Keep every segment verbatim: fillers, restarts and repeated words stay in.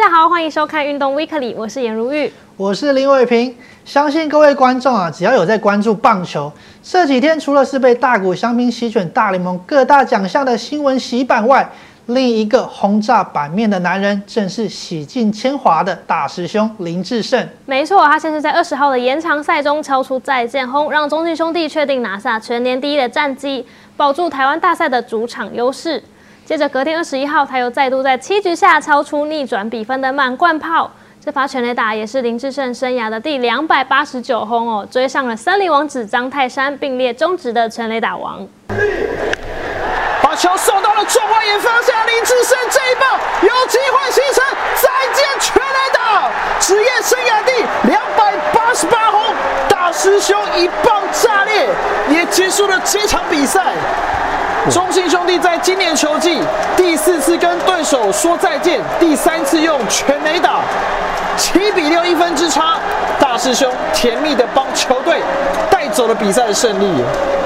家好，欢迎收看运动 Weekly， 我是颜如玉， 我是林伟平。相信各位观众啊，只要有在关注棒球，这几天除了是被大谷翔平席卷大联盟各大奖项的新闻洗版外，另一个轰炸版面的男人，正是洗尽铅华的大师兄林智胜。 没错，他先是在二十号的延长赛中敲出再见轰，让中信兄弟确定拿下全年第一的战绩，保住台湾大赛的主场优势。接着隔天二十一号，他又再度在七局下敲出逆转比分的满贯炮，这发全垒打也是林智胜生涯的第两百八十九轰哦，追上了森林王子张泰山，并列中职的全垒打王。 把球送到了中外野方向，林智胜这一棒有机会形成再见全垒打，职业生涯第两百八十八轰，大师兄一棒炸裂，也结束了这场比赛。中信兄弟在今年球季第四次跟对手说再见，第三次用全垒打，七比六一分之差，大师兄甜蜜的帮球队带走了比赛的胜利。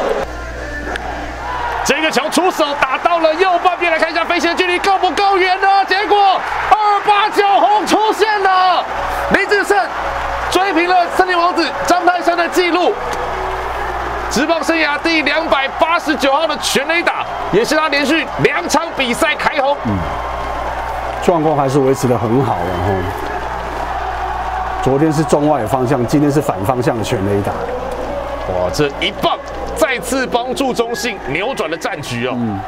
这个球出手打到了右半边，来看一下飞行距离够不够远呢？结果二八九轰出现了，林智胜追平了森林王子张泰山的纪录。职棒生涯第两百八十九号的全垒打，也是他连续两场比赛开轰。 嗯，状况还是维持得很好的哈。昨天是中外方向，今天是反方向的全垒打。 哇，这一棒再次帮助中信扭转了战局哦。 嗯，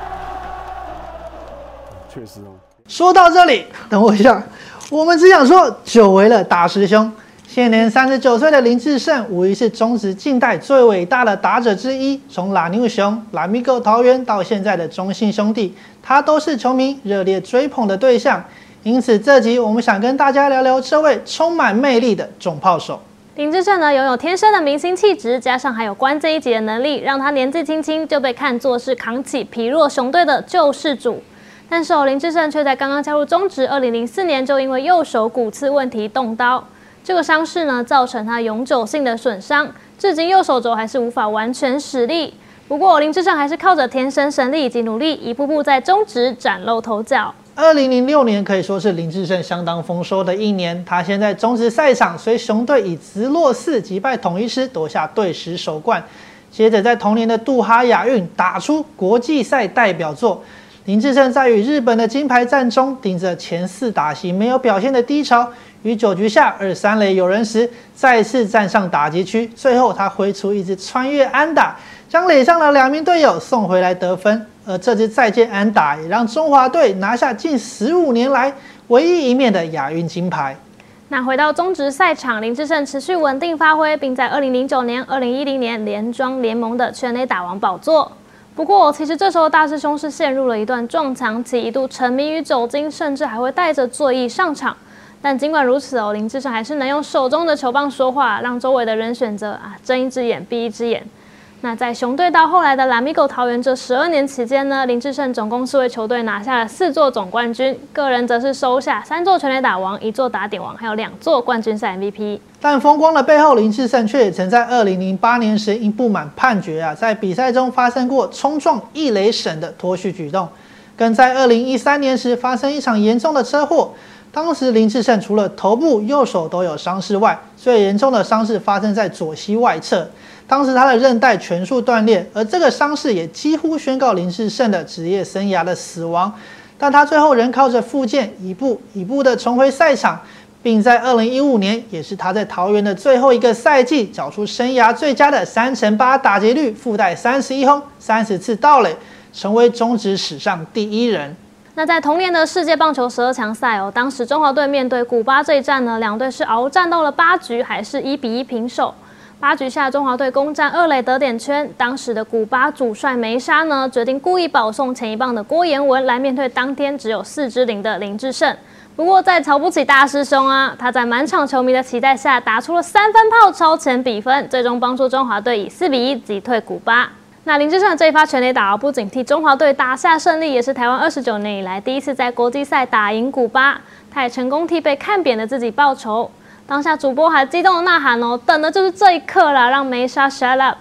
确实哦。 说到这里，等我一下，我们只想说，久违了大师兄。现年三十九岁的林智胜，无疑是中职近代最伟大的打者之一。从拉牛熊、拉米狗桃园到现在的中信兄弟，他都是球迷热烈追捧的对象。因此，这集我们想跟大家聊聊这位充满魅力的重炮手。 林智胜呢，拥有天生的明星气质，加上还有关这一集的能力，让他年纪轻轻就被看作是扛起疲弱熊队的救世主。但是哦，林智胜却在刚刚加入中职，二零零四年就因为右手骨刺问题动刀。这个伤势呢，造成他永久性的损伤，至今右手肘还是无法完全使力。不过林智胜还是靠着天生神力以及努力，一步步在中职崭露头角。 二零零六年可以说是林智胜相当丰收的一年，他先在中职赛场随熊队以直落四击败统一狮，夺下队史首冠。接着在同年的杜哈亚运打出国际赛代表作。林智胜在与日本的金牌战中，顶着前四打席没有表现的低潮，于九局下二三垒有人时，再次站上打击区。最后他挥出一支穿越安打，将垒上的两名队友送回来得分。而这支再见安打，也让中华队拿下近十五年来唯一一面的亚运金牌。 那回到中职赛场，林智胜持续稳定发挥，并在二零零九年、二零一零年连庄联盟的全垒打王宝座。不过，其实这时候大师兄是陷入了一段撞墙期，一度沉迷于酒精，甚至还会带着醉意上场。但尽管如此哦，林智胜还是能用手中的球棒说话，让周围的人选择啊睁一只眼闭一只眼。那在熊队到后来的拉米狗桃园这十二年期间呢，林智胜总共是为球队拿下了四座总冠军，个人则是收下三座全垒打王、一座打点王，还有两座冠军赛 M V P。 但风光的背后，林智胜却也曾在二零零八年时因不满判决啊，在比赛中发生过冲撞一垒审的脱序举动，更在二零一三年时发生一场严重的车祸。当时林智胜除了头部、右手都有伤势外，最严重的伤势发生在左膝外侧。当时他的韧带全数断裂，而这个伤势也几乎宣告林智胜的职业生涯的死亡。但他最后仍靠着复健，一步一步的重回赛场，并在二零一五年，也是他在桃园的最后一个赛季，缴出生涯最佳的三成八打击率，附带三十一轰、三十次盗垒，成为中职史上第一人。 那在同年的世界棒球十二强赛哦，当时中华队面对古巴这一战呢，两队是鏖战斗了八局，还是一比一平手。八局下，中华队攻占二垒得点圈。当时的古巴主帅梅沙呢，决定故意保送前一棒的郭彦文来面对当天只有四支零的林智胜。不过，在瞧不起大师兄啊，他在满场球迷的期待下，打出了三分炮超前比分，最终帮助中华队以四比一击退古巴。那林智胜的这一发全垒打不仅替中华队打下胜利，也是台湾二十九年以来第一次在国际赛打赢古巴。他也成功替被看扁的自己报仇。当下主播还激动的呐喊哦，等的就是这一刻啦，让梅沙 shut up。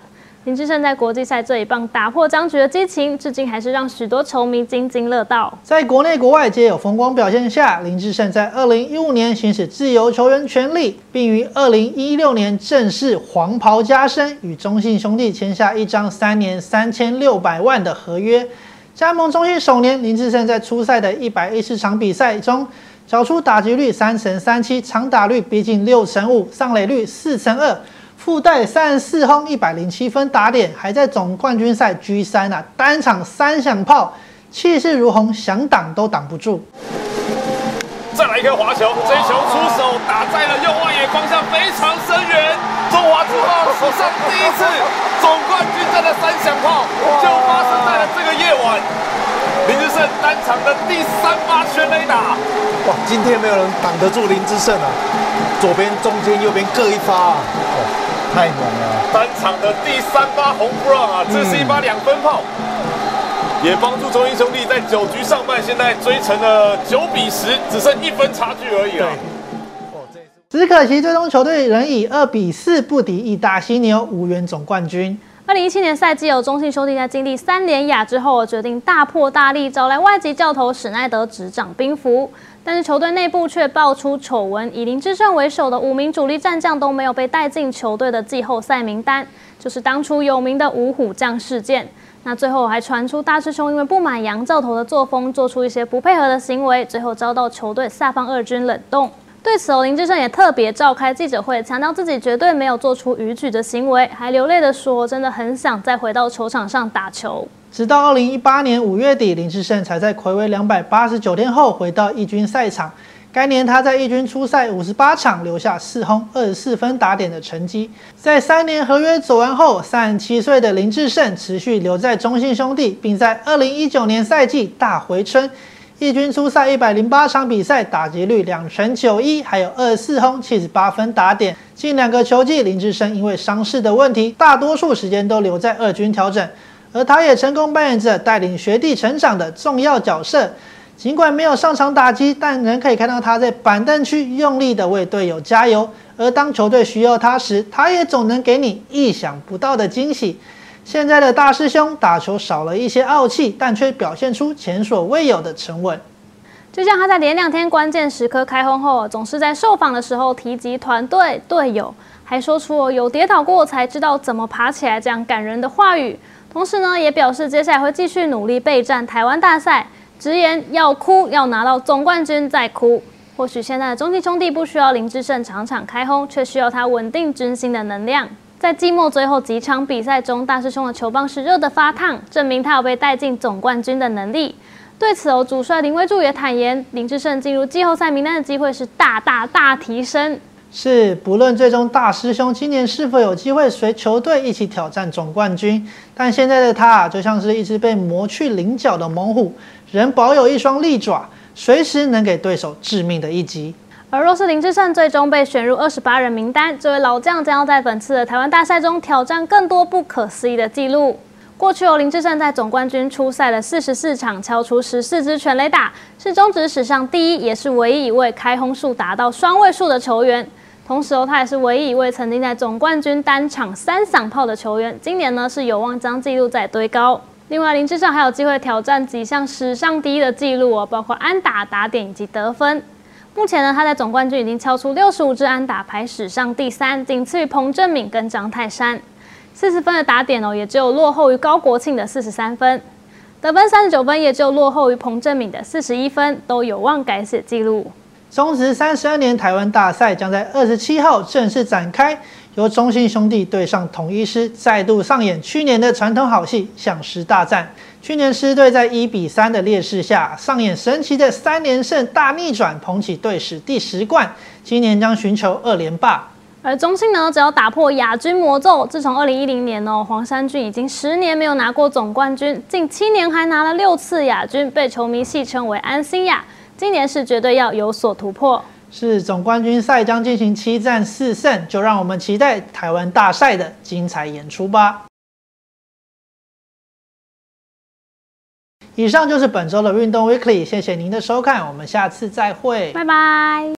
林智胜在国际赛这一棒打破僵局的激情，至今还是让许多球迷津津乐道。 在国内国外皆有风光表现下，林智胜在二零一五年行使自由球员权利，并于二零一六年正式黄袍加身，与中信兄弟签下一张三年三千六百万的合约。加盟中信首年，林智胜在初赛的一百一十场比赛中，缴出打击率三成三七，长打率逼近六成五，上垒率四成二。附带三十四轰一百零七分打点，还在总冠军赛 G 三 啊，单场三响炮，气势如虹，想挡都挡不住。 再来一颗滑球，这一球出手打在了右外野方向，非常深远。中华职棒史上第一次总冠军战的三响炮，就发生在了这个夜晚。林智胜单场的第三发全垒打， 哇！今天没有人挡得住林智胜啊，左边、中间、右边各一发啊，哦，太猛了！ 单场的第三发红不让啊，这是一发两分炮，嗯、也帮助中信兄弟在九局上半现在追成了九比十，只剩一分差距而已啊。 只可惜最终球队仍以二比四不敌义大犀牛，无缘总冠军。 二零一七年赛季，有中信兄弟在经历三连亚之后，决定大破大立，找来外籍教头史奈德执掌兵符。但是球队内部却爆出丑闻，以林智胜为首的五名主力战将都没有被带进球队的季后赛名单，就是当初有名的五虎将事件。那最后还传出大师兄因为不满杨教头的作风，做出一些不配合的行为，最后遭到球队下放二军冷冻。对此，林智胜也特别召开记者会，强调自己绝对没有做出逾矩的行为，还流泪地说：“真的很想再回到球场上打球。” 直到二零一八年五月底，林智胜才在睽违两百八十九天后回到一军赛场。该年他在一军出赛五十八场，留下四轰二十四分打点的成绩。在三年合约走完后，三十七岁的林智胜持续留在中信兄弟，并在二零一九年赛季大回春。一军出赛一百零八场比赛，打击率两成九一，还有二十四轰七十八分打点。近两个球季，林智胜因为伤势的问题，大多数时间都留在二军调整，而他也成功扮演着带领学弟成长的重要角色。尽管没有上场打击，但仍可以看到他在板凳区用力的为队友加油。而当球队需要他时，他也总能给你意想不到的惊喜。现在的大师兄打球少了一些傲气，但却表现出前所未有的沉稳。 就像他在连两天关键时刻开轰后，总是在受访的时候提及团队、队友，还说出有跌倒过才知道怎么爬起来这样感人的话语。同时呢，也表示接下来会继续努力备战台湾大赛，直言要哭要拿到总冠军再哭。或许现在的中信兄弟不需要林智胜场场开轰，却需要他稳定军心的能量。在季末最后几场比赛中，大师兄的球棒是热得发烫，证明他有被带进总冠军的能力。对此哦，主帅林威助也坦言，林智胜进入季后赛名单的机会是大大大提升。 是，不论最终大师兄今年是否有机会随球队一起挑战总冠军，但现在的他啊，就像是一只被磨去棱角的猛虎，仍保有一双利爪，随时能给对手致命的一击。 而若是林智胜最终被选入二十八人名单，这位老将将要在本次的台湾大赛中挑战更多不可思议的纪录。过去哦，林智胜在总冠军出赛了四十四场，敲出十四支全垒打，是中职史上第一，也是唯一一位开轰数达到双位数的球员。同时哦，他也是唯一一位曾经在总冠军单场三响炮的球员。今年呢，是有望将纪录再堆高。另外，林智胜还有机会挑战几项史上第一的纪录哦，包括安打、打点以及得分。目前呢，他在总冠军已经敲出六十五支安打，排史上第三，仅次于彭政闵跟张泰山。四十分的打点哦，也只有落后于高国庆的四十三分，得分三十九分，也只有落后于彭政闵的四十一分，都有望改写纪录。 中职三十二年台湾大赛将在二十七号正式展开，由中信兄弟对上统一狮，再度上演去年的传统好戏——象狮大战。去年狮队在一比三的劣势下，上演神奇的三连胜大逆转，捧起队史第十冠。今年将寻求二连霸。 而中信呢，只要打破亚军魔咒，自从二零一零年哦，黄衫军已经十年没有拿过总冠军，近七年还拿了六次亚军，被球迷戏称为安心亚。今年是绝对要有所突破。 是总冠军赛将进行七战四胜，就让我们期待台湾大赛的精彩演出吧。以上就是本周的运动 Weekly， 谢谢您的收看，我们下次再会， 拜拜。